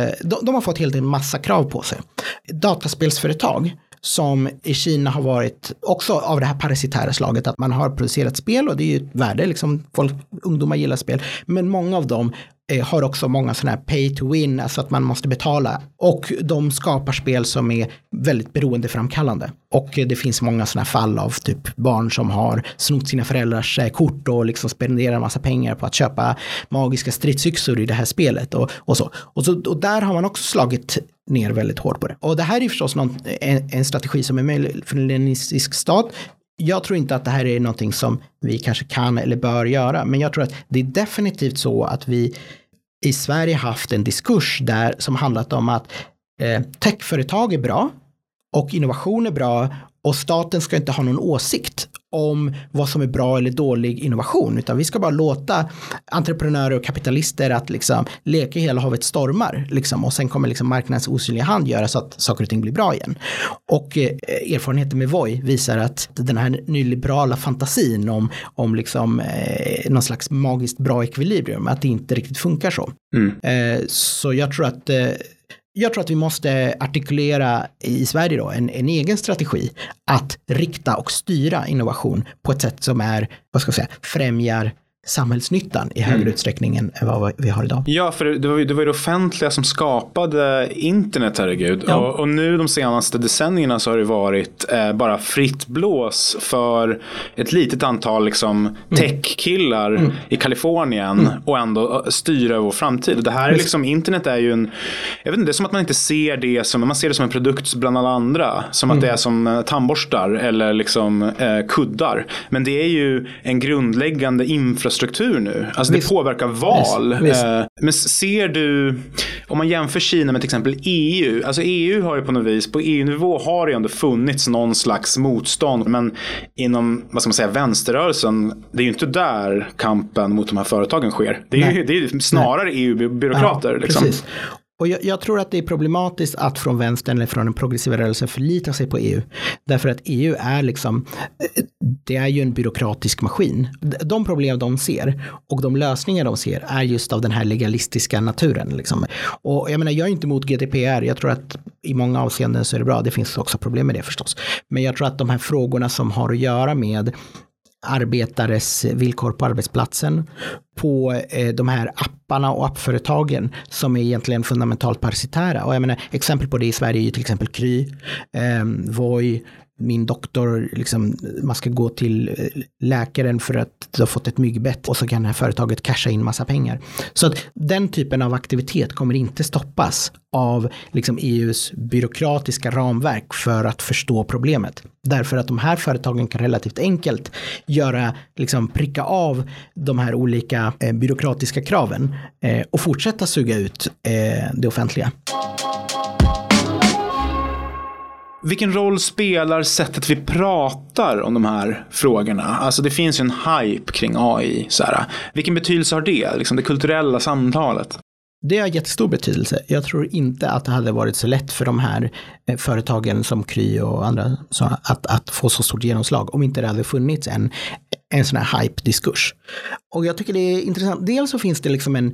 har fått helt en massa krav på sig. Dataspelsföretag som i Kina har varit också av det här parasitära slaget, att man har producerat spel och det är ju ett värde, liksom ungdomar gillar spel, men många av dem har också många sådana här pay to win, alltså att man måste betala, och de skapar spel som är väldigt beroendeframkallande. Och det finns många sådana fall av typ barn som har snott sina föräldrars kort och liksom spenderar en massa pengar på att köpa magiska stridsyxor i det här spelet och så. Och där har man också slagit ner väldigt hårt på det. Och det här är förstås en strategi som är möjlig för en leninistisk stat. Jag tror inte att det här är någonting som vi kanske kan eller bör göra, men jag tror att det är definitivt så att vi i Sverige haft en diskurs där som handlat om att techföretag är bra och innovation är bra och staten ska inte ha någon åsikt om vad som är bra eller dålig innovation, utan vi ska bara låta entreprenörer och kapitalister att liksom leka hela havet stormar liksom, och sen kommer liksom marknadens osynliga hand göra så att saker och ting blir bra igen. Och erfarenheten med Voi visar att den här nyliberala fantasin om liksom, någon slags magiskt bra ekvilibrium, att det inte riktigt funkar så. Så jag tror att vi måste artikulera i Sverige då en egen strategi att rikta och styra innovation på ett sätt som är, vad ska jag säga, främjar samhällsnyttan i högre utsträckning än vad vi har idag. Ja, för det var ju det offentliga som skapade internet, herregud. Ja. Och nu de senaste decennierna så har det varit bara fritt blås för ett litet antal liksom tech-killar i Kalifornien och ändå styra vår framtid. Det här är liksom, internet är ju jag vet inte, det är som att man inte ser det som, man ser det som en produkt bland alla andra. Som att det är som tandborstar eller liksom kuddar. Men det är ju en grundläggande infrastruktur nu. Alltså det påverkar val. Men ser du, om man jämför Kina med till exempel EU, alltså EU har ju på något vis, på EU-nivå har det ju ändå funnits någon slags motstånd, men inom, vad ska man säga, vänsterrörelsen, det är ju inte där kampen mot de här företagen sker. Det är ju snarare EU-byråkrater. Ja, liksom. Precis. Och jag tror att det är problematiskt att från vänstern eller från den progressiva rörelsen förlita sig på EU. Därför att EU är liksom, det är ju en byråkratisk maskin. De problem de ser och de lösningar de ser är just av den här legalistiska naturen. Liksom. Och jag menar, jag är inte emot GDPR. Jag tror att i många avseenden så är det bra. Det finns också problem med det förstås. Men jag tror att de här frågorna som har att göra med arbetares villkor på arbetsplatsen, på de här apparna och appföretagen som är egentligen fundamentalt parasitära. Och jag menar, exempel på det i Sverige är ju till exempel Kry, Voi, min doktor, liksom, man ska gå till läkaren för att du har fått ett myggbett och så kan det här företaget casha in massa pengar. Så att den typen av aktivitet kommer inte stoppas av liksom EUs byråkratiska ramverk för att förstå problemet. Därför att de här företagen kan relativt enkelt liksom pricka av de här olika byråkratiska kraven och fortsätta suga ut det offentliga. Vilken roll spelar sättet vi pratar om de här frågorna? Alltså det finns ju en hype kring AI. Så här. Vilken betydelse har det? Liksom det kulturella samtalet? Det har jättestor betydelse. Jag tror inte att det hade varit så lätt för de här företagen som Kry och andra att få så stort genomslag om inte det hade funnits en sån här hype-diskurs. Och jag tycker det är intressant. Dels så finns det liksom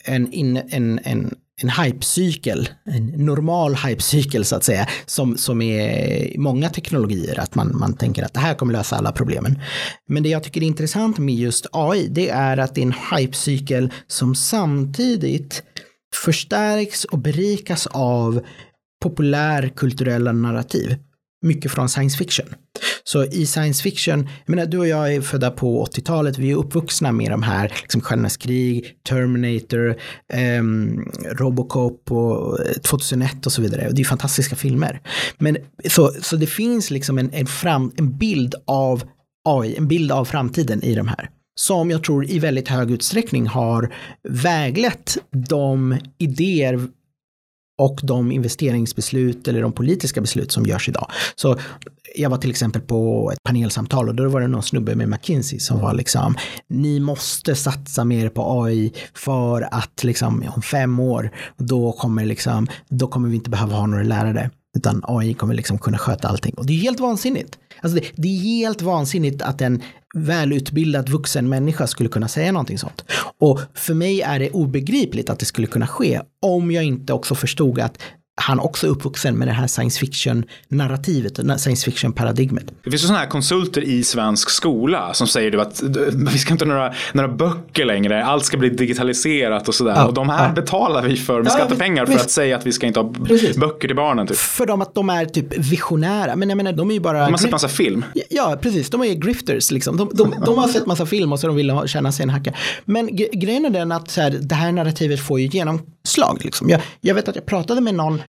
en hypecykel, en normal hypecykel så att säga, som är i många teknologier, att man tänker att det här kommer lösa alla problemen. Men det jag tycker är intressant med just AI, det är att det är en hypecykel som samtidigt förstärks och berikas av populärkulturella narrativ. Mycket från science fiction. Så i science fiction, jag menar, du och jag är födda på 80-talet, vi är uppvuxna med de här liksom Stjärnornas krig, Terminator, Robocop och 2001 och så vidare. Det är fantastiska filmer. Men så det finns liksom en bild av AI, en bild av framtiden i de här, som jag tror i väldigt hög utsträckning har väglett de idéer och de investeringsbeslut eller de politiska beslut som görs idag. Så jag var till exempel på ett panelsamtal och då var det någon snubbe med McKinsey som var liksom, ni måste satsa mer på AI för att liksom om 5 år då kommer vi inte behöva ha några lärare, utan AI kommer liksom kunna sköta allting. Och det är helt vansinnigt. Alltså det är helt vansinnigt att en välutbildad vuxen människa skulle kunna säga någonting sånt. Och för mig är det obegripligt att det skulle kunna ske om jag inte också förstod att han också är uppvuxen med det här science fiction-narrativet, science fiction-paradigmet. Det finns ju sådana här konsulter i svensk skola som säger att vi ska inte ha några böcker längre, allt ska bli digitaliserat och sådär. Ja, och de här betalar vi för med skattepengar för att säga att vi ska inte ha böcker till barnen. Typ. För dem att de är typ visionära. Men jag menar, de är ju bara... De har sett massa film. Ja, precis. De är ju grifters liksom. De har sett massa film och så de vill känna sig en hacka. Men grejen är den att så här, det här narrativet får ju genomslag. Liksom. Jag vet att jag pratade med någon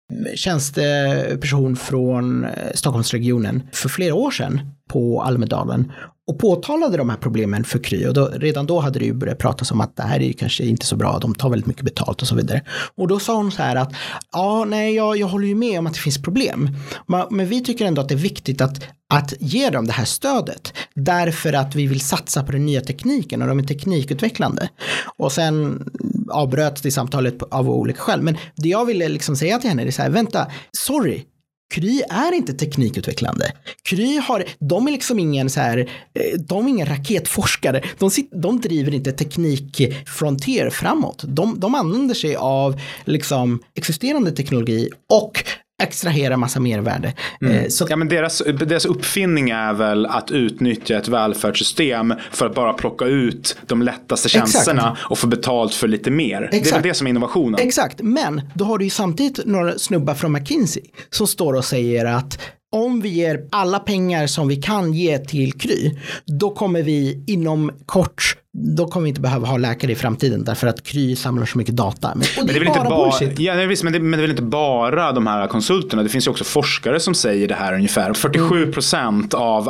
tjänsteperson från Stockholmsregionen för flera år sedan på Almedalen och påtalade de här problemen för Kry. Och redan då hade det ju börjat pratas om att det här är ju kanske inte så bra, de tar väldigt mycket betalt och så vidare. Och då sa hon så här att jag håller ju med om att det finns problem. Men vi tycker ändå att det är viktigt att ge dem det här stödet därför att vi vill satsa på den nya tekniken och de är teknikutvecklande. Och sen avbröts det samtalet av olika skäl. Men det jag ville liksom säga till henne är så här, vänta, sorry, Kry är inte teknikutvecklande. Kry de är liksom ingen så här, de är ingen raketforskare. De driver inte teknikfrontier framåt. De använder sig av liksom existerande teknologi och extrahera massa mervärde. Ja, men deras uppfinning är väl att utnyttja ett välfärdssystem för att bara plocka ut de lättaste tjänsterna och få betalt för lite mer. Exakt. Det är väl det som är innovationen. Exakt, men då har du ju samtidigt några snubbar från McKinsey som står och säger att om vi ger alla pengar som vi kan ge till Kry, då kommer vi inom kort, då kommer vi inte behöva ha läkare i framtiden därför att Kry samlar så mycket data. Men det är väl bara bullshit. Ja, visst, men det är väl inte bara de här konsulterna. Det finns ju också forskare som säger det här ungefär. 47% av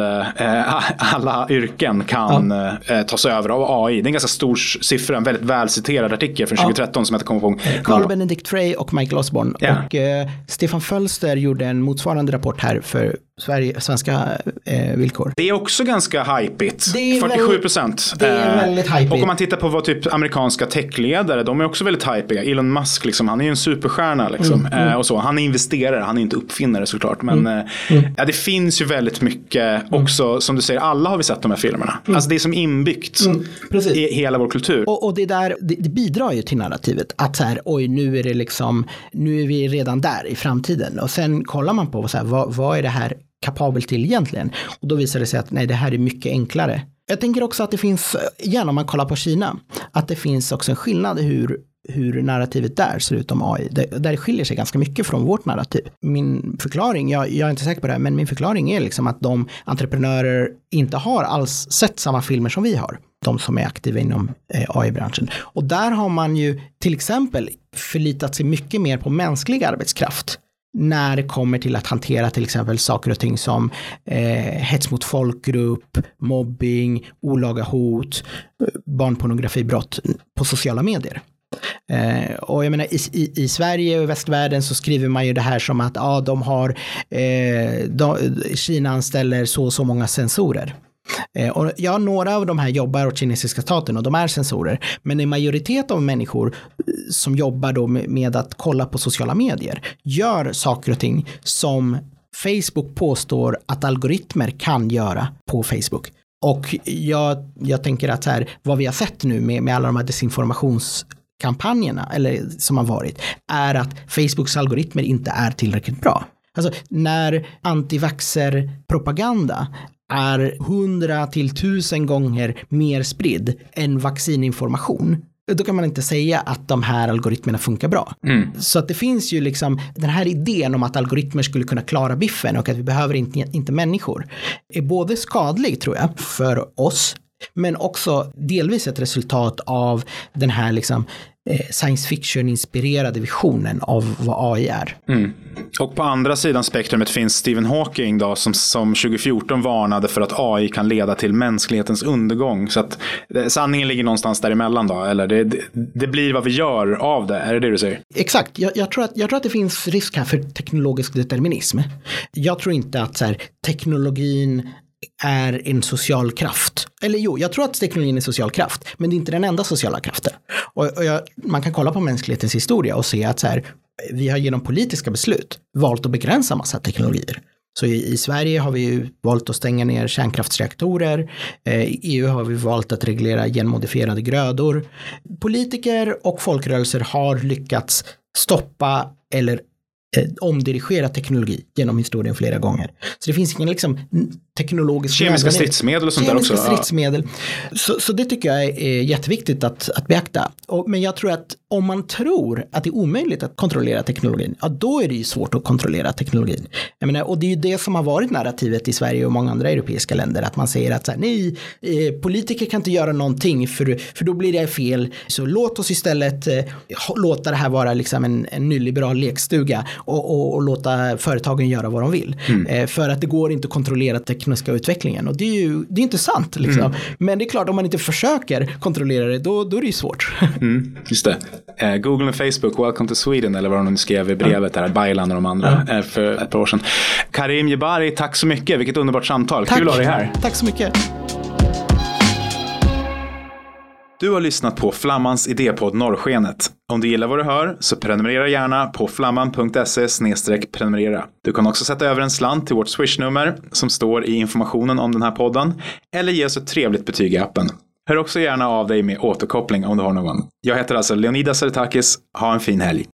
alla yrken kan tas över av AI. Det är en ganska stor siffra, en väldigt välciterad artikel från 2013 som jag inte kommer ihåg. Carl Benedict Frey och Michael Osborne och Stefan Fölster gjorde en motsvarande rapport här för svenska villkor. Det är också ganska hypigt. 47%. Det är väldigt hypigt. Och om man tittar på vad typ amerikanska techledare, de är också väldigt hypiga. Elon Musk, liksom, han är ju en superstjärna liksom, och så. Han är investerare, han är inte uppfinnare såklart. Men det finns ju väldigt mycket också, som du säger, alla har vi sett de här filmerna. Alltså det är som inbyggt i hela vår kultur. Och det där, det bidrar ju till narrativet. Att så här, oj, nu är vi redan där i framtiden. Och sen kollar man på så här, vad är det här kapabel till egentligen? Och då visar det sig att nej, det här är mycket enklare. Jag tänker också att det finns, igen om man kollar på Kina, att det finns också en skillnad hur narrativet där ser ut om AI. Där skiljer sig ganska mycket från vårt narrativ. Min förklaring, jag är inte säker på det här, men min förklaring är liksom att de entreprenörer inte har alls sett samma filmer som vi har. De som är aktiva inom AI-branschen. Och där har man ju till exempel förlitat sig mycket mer på mänsklig arbetskraft när det kommer till att hantera till exempel saker och ting som hets mot folkgrupp, mobbing, olaga hot, barnpornografibrott på sociala medier. Och jag menar i Sverige och västvärlden så skriver man ju det här som att Kina anställer så många sensorer. Och några av de här jobbar åt kinesiska staten och de är sensorer, men en majoritet av människor som jobbar då med att kolla på sociala medier gör saker och ting som Facebook påstår att algoritmer kan göra på Facebook. Och jag tänker att så här, vad vi har sett nu med alla de här desinformationskampanjerna eller som har varit, är att Facebooks algoritmer inte är tillräckligt bra. Alltså när antivaxer-propaganda är 100 till 1000 gånger mer spridd än vaccininformation, då kan man inte säga att de här algoritmerna funkar bra. Så att det finns ju liksom den här idén om att algoritmer skulle kunna klara biffen och att vi behöver inte människor är både skadlig, tror jag, för oss, men också delvis ett resultat av den här liksom science fiction-inspirerade visionen av vad AI är. Och på andra sidan spektrumet finns Stephen Hawking då, som 2014 varnade för att AI kan leda till mänsklighetens undergång. Så att sanningen ligger någonstans däremellan då, eller det blir vad vi gör av det, är det du säger? Exakt, jag tror att det finns risk här för teknologisk determinism. Jag tror inte att så här, teknologin är en social kraft. Eller jo, jag tror att teknologin är social kraft, men det är inte den enda sociala kraften. Man kan kolla på mänsklighetens historia och se att så här, vi har genom politiska beslut valt att begränsa massa teknologier. Så i Sverige har vi ju valt att stänga ner kärnkraftsreaktorer. I EU har vi valt att reglera genmodifierade grödor. Politiker och folkrörelser har lyckats stoppa eller omdirigera teknologi genom historien flera gånger. Så det finns ingen liksom teknologisk kemiska stridsmedel och sånt där också. Stridsmedel. Så det tycker jag är jätteviktigt att beakta. Men jag tror att om man tror att det är omöjligt att kontrollera teknologin, ja, då är det ju svårt att kontrollera teknologin. Jag menar, och det är ju det som har varit narrativet i Sverige och många andra europeiska länder, att man säger att så här, nej, politiker kan inte göra någonting för då blir det fel. Så låt oss istället låta det här vara liksom en nyliberal lekstuga och låta företagen göra vad de vill. För att det går inte att kontrollera tekniska utvecklingen. Och det är inte sant. Liksom. Men det är klart, om man inte försöker kontrollera det, då är det ju svårt. Just det. Google och Facebook, Welcome to Sweden, eller vad de skrev i brevet där, Baylan och de andra för ett par år sedan. Karim Jebari, tack så mycket. Vilket underbart samtal. Tack. Kul att ha dig här. Tack så mycket. Du har lyssnat på Flammans idépodd Norrskenet. Om du gillar vad du hör så prenumerera gärna på flamman.se/prenumerera. Du kan också sätta över en slant till vårt Swish-nummer som står i informationen om den här podden, eller ge oss ett trevligt betyg i appen. Hör också gärna av dig med återkoppling om du har någon. Jag heter alltså Leonidas Aretakis. Ha en fin helg.